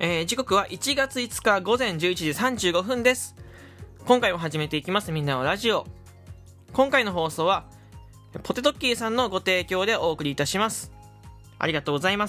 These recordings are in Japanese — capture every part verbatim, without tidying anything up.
えー、時刻はいちがついつか午前じゅういちじさんじゅうごふんです。今回も始めていきますみんなのラジオ。今回の放送はポテトッキーさんのご提供でお送りいたします。ありがとうございます。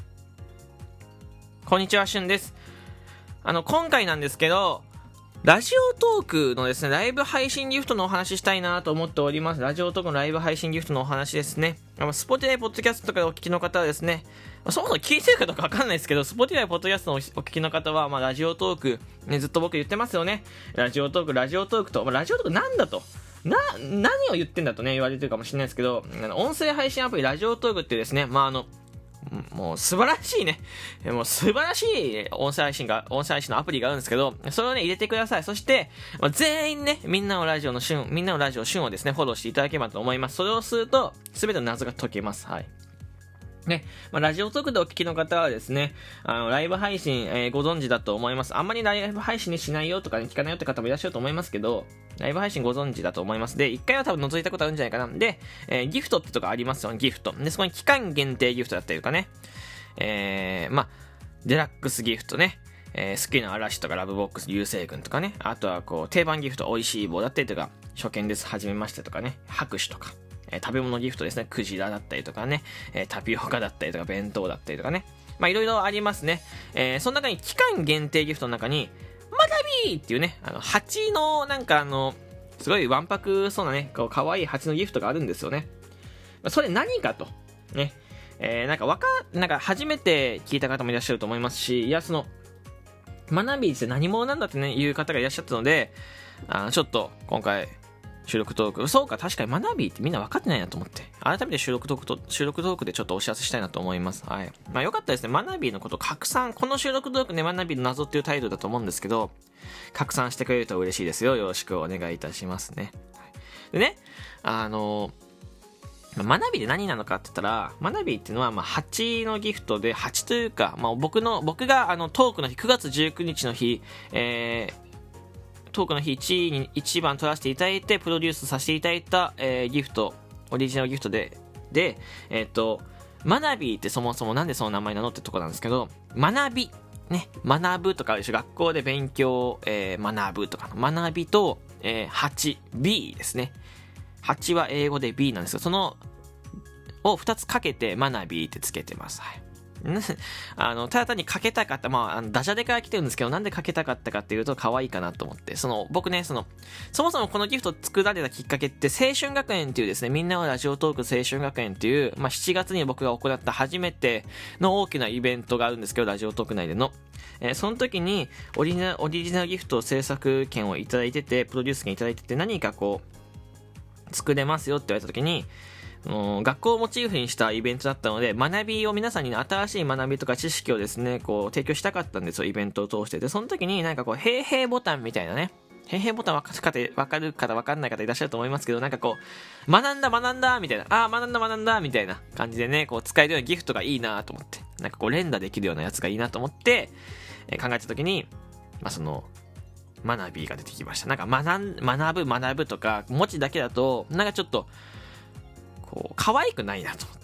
こんにちは、しゅんです。あの今回なんですけど、ラジオトークのですね、ライブ配信ギフトのお話ししたいなと思っております。ラジオトークのライブ配信ギフトのお話ですね。スポティファイポッドキャストとかでお聞きの方はですね、そもそも聞いてるかどうかわかんないですけど、スポティファイポッドキャストのお聞きの方は、まあ、ラジオトーク、ね、ずっと僕言ってますよね。ラジオトーク、ラジオトークと、まあ、ラジオトークなんだと。な、何を言ってんだとね、言われてるかもしれないですけど、あの音声配信アプリラジオトークってですね、まあ、あの、もう素晴らしいね。もう素晴らしい音声配信が、音声配信のアプリがあるんですけど、それをね、入れてください。そして、全員ね、みんなのラジオの旬、みんなのラジオ旬をですね、フォローしていただければと思います。それをすると、すべての謎が解けます。はい。ね、まあ、ラジオトークでお聞きの方はですね、あの、ライブ配信、えー、ご存知だと思います。あんまりライブ配信にしないよとか、ね、聞かないよって方もいらっしゃると思いますけど、ライブ配信ご存知だと思います。で、一回は多分覗いたことあるんじゃないかな。で、えー、ギフトってとこありますよ、ギフト。で、そこに期間限定ギフトだったりとかね、えー、まあ、デラックスギフトね、えー、好きな嵐とかラブボックス流星群とかね、あとはこう、定番ギフト、美味しい棒だったりとか、初見です、はじめましてとかね、拍手とか、えー、食べ物ギフトですね、クジラだったりとかね、えー、タピオカだったりとか、弁当だったりとかね、まあ、いろいろありますね。えー、その中に期間限定ギフトの中に、マナビーっていうね、あの、蜂の、なんかあの、すごいわんぱくそうなね、こう、可愛い蜂のギフトがあるんですよね。まあ、それ何かと、ね、えー、なんかわか、なんか初めて聞いた方もいらっしゃると思いますし、いや、その、マナビーって何者なんだってね、いう方がいらっしゃったので、あの、ちょっと、今回、収録トーク、そうか、確かにマナビーってみんな分かってないなと思って、改めて収録トークと、収録トークでちょっとお知らせしたいなと思います。はい。まあよかったですね、マナビーのこと拡散、この収録トークね、マナビーの謎っていうタイトルだと思うんですけど、拡散してくれると嬉しいですよ。よろしくお願いいたしますね。はい、でね、あのー、マナビで何なのかって言ったら、マナビっていうのは、まあ、蜂のギフトで、蜂というか、まあ、僕の、僕が、あの、トークの日、くがつじゅうくにちの日、えー、トークの日いちいに、一番取らせていただいて、プロデュースさせていただいた、えー、ギフト、オリジナルギフトで、で、えっと、マナビってそもそもなんでその名前なのってとこなんですけど、学び、ね、学ぶとかあるでしょ、学校で勉強、えー、学ぶとか、学びと、えー、蜂、B ですね。はちは英語で B なんですけど、そのをふたつかけてマナビーってつけてます。はい。あの、ただ単にかけたかった、まあ、あのダジャレから来てるんですけど、なんでかけたかったかっていうと可愛いかなと思って、その、僕ね、その、そもそもこのギフト作られたきっかけって、青春学園っていうですね、みんなのラジオトーク青春学園っていう、まあ、しちがつに僕が行った初めての大きなイベントがあるんですけど、ラジオトーク内での。えー、その時にオリジナル、オリジナルギフト制作権をいただいてて、プロデュース権いただいてて、何かこう、作れますよって言われた時に、学校をモチーフにしたイベントだったので、学びを皆さんに、ね、新しい学びとか知識をですね、こう提供したかったんですよ、イベントを通して。で、その時になんかこう、へいへいボタンみたいなね、へいへいボタン分かる方、分かる方分かんない方いらっしゃると思いますけど、なんかこう、学んだ学んだみたいな、ああ、学んだ学んだみたいな感じでね、こう使えるようなギフトがいいなと思って、なんかこう、連打できるようなやつがいいなと思って、えー、考えた時に、まあその、学びが出てきました。なんか学ん、学ぶ、学ぶとか、文字だけだと、なんかちょっと、こう、可愛くないなと思って。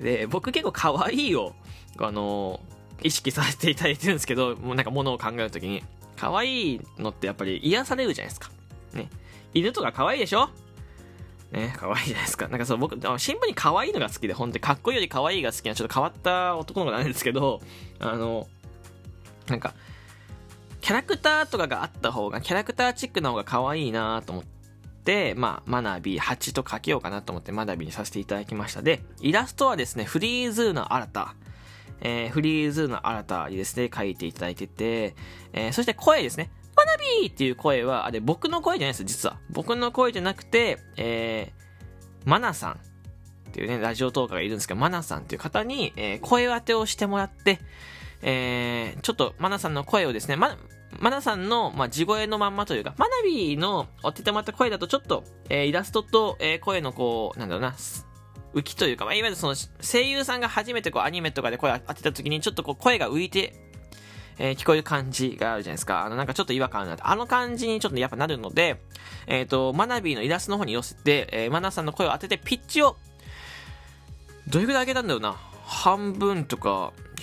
で、僕結構可愛いを、あのー、意識させていただいてるんですけど、もうなんか物を考えるときに、可愛いのってやっぱり癒されるじゃないですか。ね。犬とか可愛いでしょね、可愛いじゃないですか。なんかそう、僕、シンプルに可愛いのが好きで、本当にかっこいいより可愛いが好きな、ちょっと変わった男の子なんですけど、あの、なんか、キャラクターとかがあった方が、キャラクターチックな方が可愛いなと思って、まあ、マナビーはちと書けようかなと思ってマナビーにさせていただきました。で、イラストはですね、フリーズーの新た、えー、フリーズーの新たにですね、書いていただいてて、えー、そして声ですね、マナビーっていう声は、あれ僕の声じゃないです、実は。僕の声じゃなくて、えー、マナさんっていうね、ラジオトーカーがいるんですけど、マナさんっていう方に、えー、声当てをしてもらって、えー、ちょっとマナさんの声をですね、ま、マナさんの、まあ、地声のまんまというか、マナビーの当ててもらった声だとちょっと、えー、イラストと、えー、声のこう、なんだろうな、浮きというか、まあ、いわゆるその声優さんが初めてこうアニメとかで声当てた時にちょっとこう声が浮いて、えー、聞こえる感じがあるじゃないですか。あのなんかちょっと違和感あるなって。あの感じにちょっとやっぱなるので、えっと、マナビーのイラストの方に寄せて、えー、マナさんの声を当ててピッチを、どれくらい上げたんだろうな。半分とか、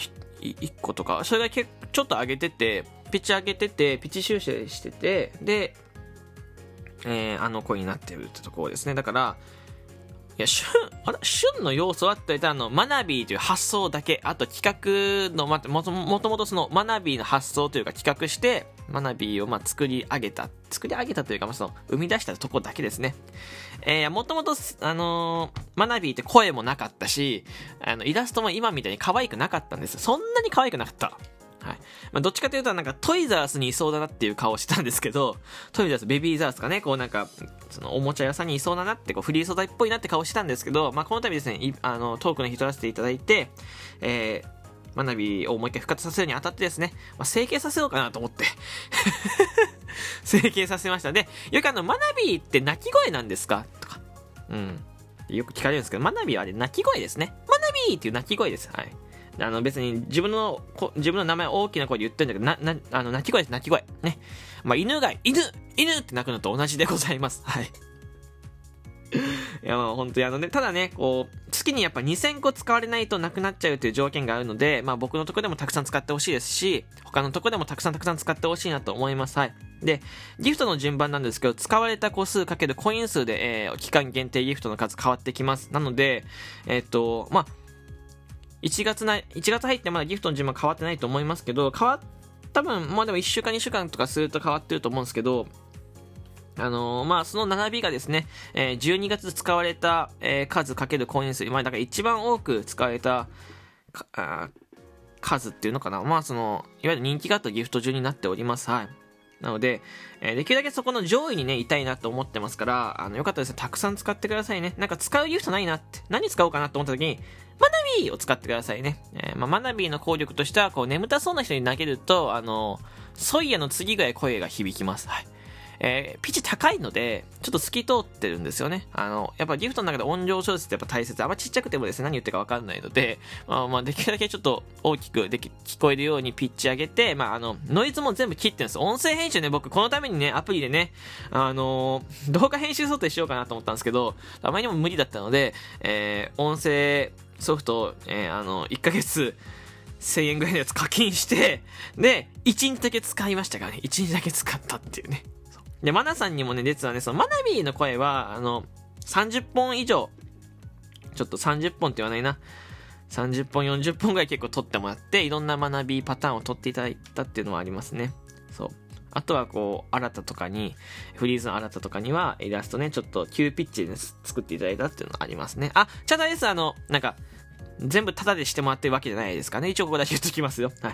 いっことか、それが結構ちょっと上げてて、ピッチ上げてて、ピッチ修正してて、で、えー、あの声になってるってところですね。だから、いや、旬、あれ旬の要素はって言ったら、あの、マナビーという発想だけ、あと企画の、ま、もともともとその、マナビーの発想というか企画して、マナビーをまあ作り上げた、作り上げたというか、まあ、その、生み出したとこだけですね。えー、もともと、あのー、マナビーって声もなかったし、あの、イラストも今みたいに可愛くなかったんです。そんなに可愛くなかった。はい。まあ、どっちかというと、なんか、トイザースにいそうだなっていう顔をしたんですけど、トイザース、ベビーザースかね、こうなんか、その、おもちゃ屋さんにいそうだなって、こう、フリー素材っぽいなって顔したんですけど、まあ、この度ですね、いあの、トークの日取らせていただいて、えー、マナビーをもう一回復活させるにあたってですね、まあ、整形させようかなと思って、整形させました。で、よくあの、マナビーって鳴き声なんですかとか、うん。よく聞かれるんですけど、マナビーはあれ、鳴き声ですね。マナビーっていう鳴き声です。はい。あの別に自分の自分の名前を大きな声で言ってるんだけど、な、な、あの、鳴き声です、鳴き声。ね。まあ、犬が、犬犬って鳴くのと同じでございます。はい。いや、まあ、本当にあのね、ただね、こう、月にやっぱにせんこ使われないとなくなっちゃうという条件があるので、まあ、僕のとこでもたくさん使ってほしいですし、他のとこでもたくさんたくさん使ってほしいなと思います。はい。で、ギフトの順番なんですけど、使われた個数かけるコイン数で、えー、期間限定ギフトの数変わってきます。なので、えー、っと、まあ、いちがつな、いちがつ入ってまだギフトの順番変わってないと思いますけど、変わっ、多分、まあでもいっしゅうかんにしゅうかんとかすると変わってると思うんですけど、あのー、まあその並びがですね、えー、じゅうにがつ使われた、えー、数かけるコイン数、まあだから一番多く使われた、あ数っていうのかな、まあその、いわゆる人気があったギフト順になっております。はい。なので、えー、できるだけそこの上位にね、いたいなと思ってますから、あの、よかったですね。たくさん使ってくださいね。なんか使うギフトないなって、何使おうかなと思った時に、マナビーを使ってくださいね。えー、まあ、マナビーの効力としては、こう、眠たそうな人に投げると、あの、ソイヤの次ぐらい声が響きます。はい。えー、ピッチ高いので、ちょっと透き通ってるんですよね。あの、やっぱギフトの中で音量調節ってやっぱ大切。あんまちっちゃくてもですね、何言ってるかわかんないので、まあ、まあ、できるだけちょっと大きくでき、聞こえるようにピッチ上げて、まあ、あの、ノイズも全部切ってるんです。音声編集ね、僕、このためにね、アプリでね、あのー、動画編集ソフトにしようかなと思ったんですけど、あまりにも無理だったので、えー、音声ソフトを、えー、あの、いっかげつ、せんえんぐらいのやつ課金して、で、いちにちだけ使いましたからね。いちにちだけ使ったっていうね。で、マナさんにもね、実はね、そのマナビーの声は、あの、さんじゅっぽん以上、ちょっとさんじゅっぽんって言わないな。さんじゅっぽん、よんじゅっぽんぐらい結構撮ってもらって、いろんなマナビーパターンを撮っていただいたっていうのはありますね。そう。あとはこう、新たとかに、フリーズの新たとかには、イラストね、ちょっと急ピッチで作っていただいたっていうのはありますね。あ、ちゃんとあれです、あの、なんか、全部タダでしてもらってるわけじゃないですかね。一応ここだけ言っときますよ。はい。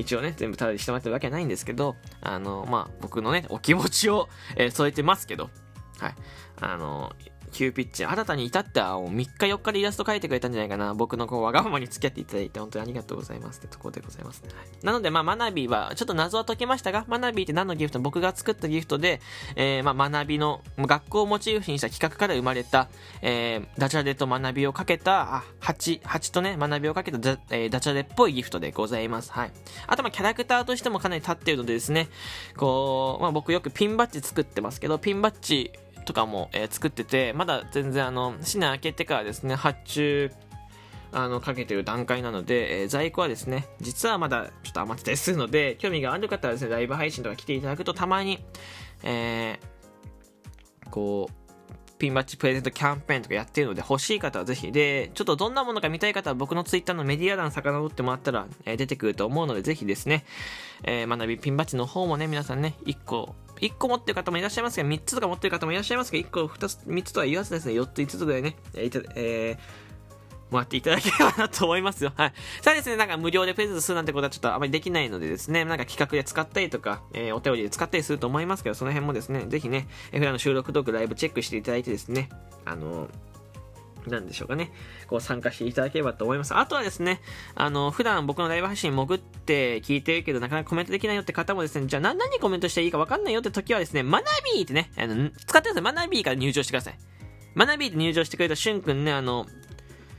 一応ね、全部タダでしてもらってるわけはないんですけど、あの、まあ、僕のね、お気持ちを、えー、添えてますけど、はい。あの、急ピッチ、新たに至ってはみっかよっかでイラスト描いてくれたんじゃないかな。僕のこう、わがままに付き合っていただいて、本当にありがとうございますってところでございますね。はい。なので、まあ、マナビは、ちょっと謎は解けましたが、マナビって何のギフト？僕が作ったギフトで、えー、まあ、学びの、学校をモチーフにした企画から生まれた、えー、ダジャレと学びをかけた、あ、蜂、蜂とね、学びをかけたダ、えー、ダジャレっぽいギフトでございます。はい。あと、まあ、キャラクターとしてもかなり立っているのでですね、こう、まあ、僕よくピンバッジ作ってますけど、ピンバッジ、とかも、えー、作ってて、まだ全然あの、新年明けてからですね、発注、あの、かけてる段階なので、えー、在庫はですね、実はまだちょっと余ってたりするので、興味がある方はですね、ライブ配信とか来ていただくとたまに、えー、こう、ピンバッジプレゼントキャンペーンとかやってるので欲しい方はぜひで、ちょっとどんなものか見たい方は僕のツイッターのメディア欄遡ってもらったら、えー、出てくると思うのでぜひですね、えー、学びピンバッジの方もね、皆さんね、いっこ、いっこ持ってる方もいらっしゃいますけど、みっつとか持ってる方もいらっしゃいますけど、いっこ、ふたつ、みっつとは言わずですね、よっつ、いつつぐらいね、えーえーもらっていただければなと思いますよ。はい。さあですね、なんか無料でプレゼントするなんてことはちょっとあまりできないのでですね、なんか企画で使ったりとか、えー、お便りで使ったりすると思いますけど、その辺もですね、ぜひね、普段の収録トークライブチェックしていただいてですね、あのー、なんでしょうかね。こう参加していただければと思います。あとはですね、あの、普段僕のライブ配信潜って聞いてるけどなかなかコメントできないよって方もですね、じゃあ何にコメントしていいかわかんないよって時はですね、マナビーってね、あの、使ってください。マナビーから入場してください。マナビーで入場してくれたしゅんくんね、あの、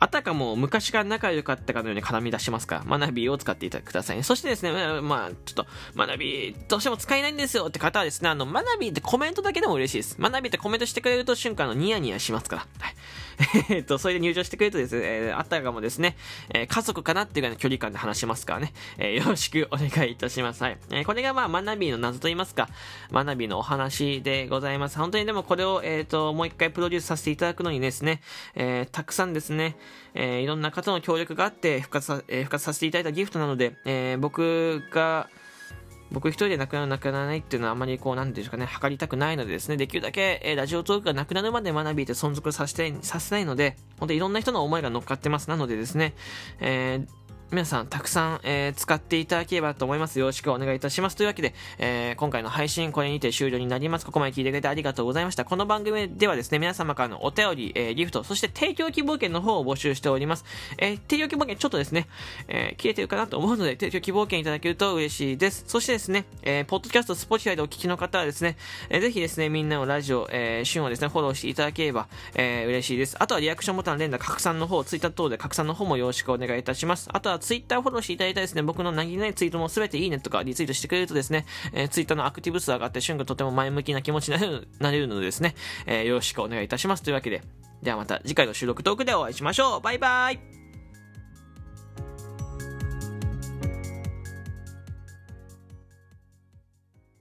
あたかも昔から仲良かったかのように絡み出しますから、学びを使っていただくださいね。そしてですね、まあ、ちょっと、学び、どうしても使えないんですよって方はですね、あの、学びってコメントだけでも嬉しいです。学びってコメントしてくれると瞬間のニヤニヤしますから。はい。えっと、それで入場してくれるとですね、えー、あたかもですね、えー、家族かなっていうぐらいの距離感で話しますからね、えー、よろしくお願いいたします。はい。えー、これがまあ、学びの謎と言いますか、学びのお話でございます。本当にでもこれを、えっと、もう一回プロデュースさせていただくのにですね、えー、たくさんですね、えー、いろんな方の協力があって復活さ、えー、復活させていただいたギフトなので、えー、僕が、僕一人でなくなるなくならないっていうのはあんまりこう、なんていうんですかね、測りたくないのでですね、できるだけ、えー、ラジオトークがなくなるまで学びって存続させて、させないので、本当にいろんな人の思いが乗っかってます。なのでですね、えー、皆さんたくさん、えー、使っていただければと思います。よろしくお願いいたします。というわけで、えー、今回の配信これにて終了になります。ここまで聞いてくれてありがとうございました。この番組ではですね、皆様からのお便り、えー、ギフト、そして提供希望券の方を募集しております。えー、提供希望券ちょっとですね、えー、切れてるかなと思うので、提供希望券いただけると嬉しいです。そしてですね、えー、ポッドキャスト、スポティファイでお聞きの方はですね、えー、ぜひですね、みんなのラジオ、えー、旬をですね、フォローしていただければ、えー、嬉しいです。あとはリアクションボタン連打、拡散の方、ツイッター等で拡散の方もよろしくお願いいたします。あとはツイッターフォローしていただいたですね、僕の何気ないツイートもすべていいねとかリツイートしてくれるとですね、えー、ツイッターのアクティブ数上がって旬がとても前向きな気持ちになれる、なれるのでですね、えー、よろしくお願いいたします。というわけで、ではまた次回の収録トークでお会いしましょう。バイバイ。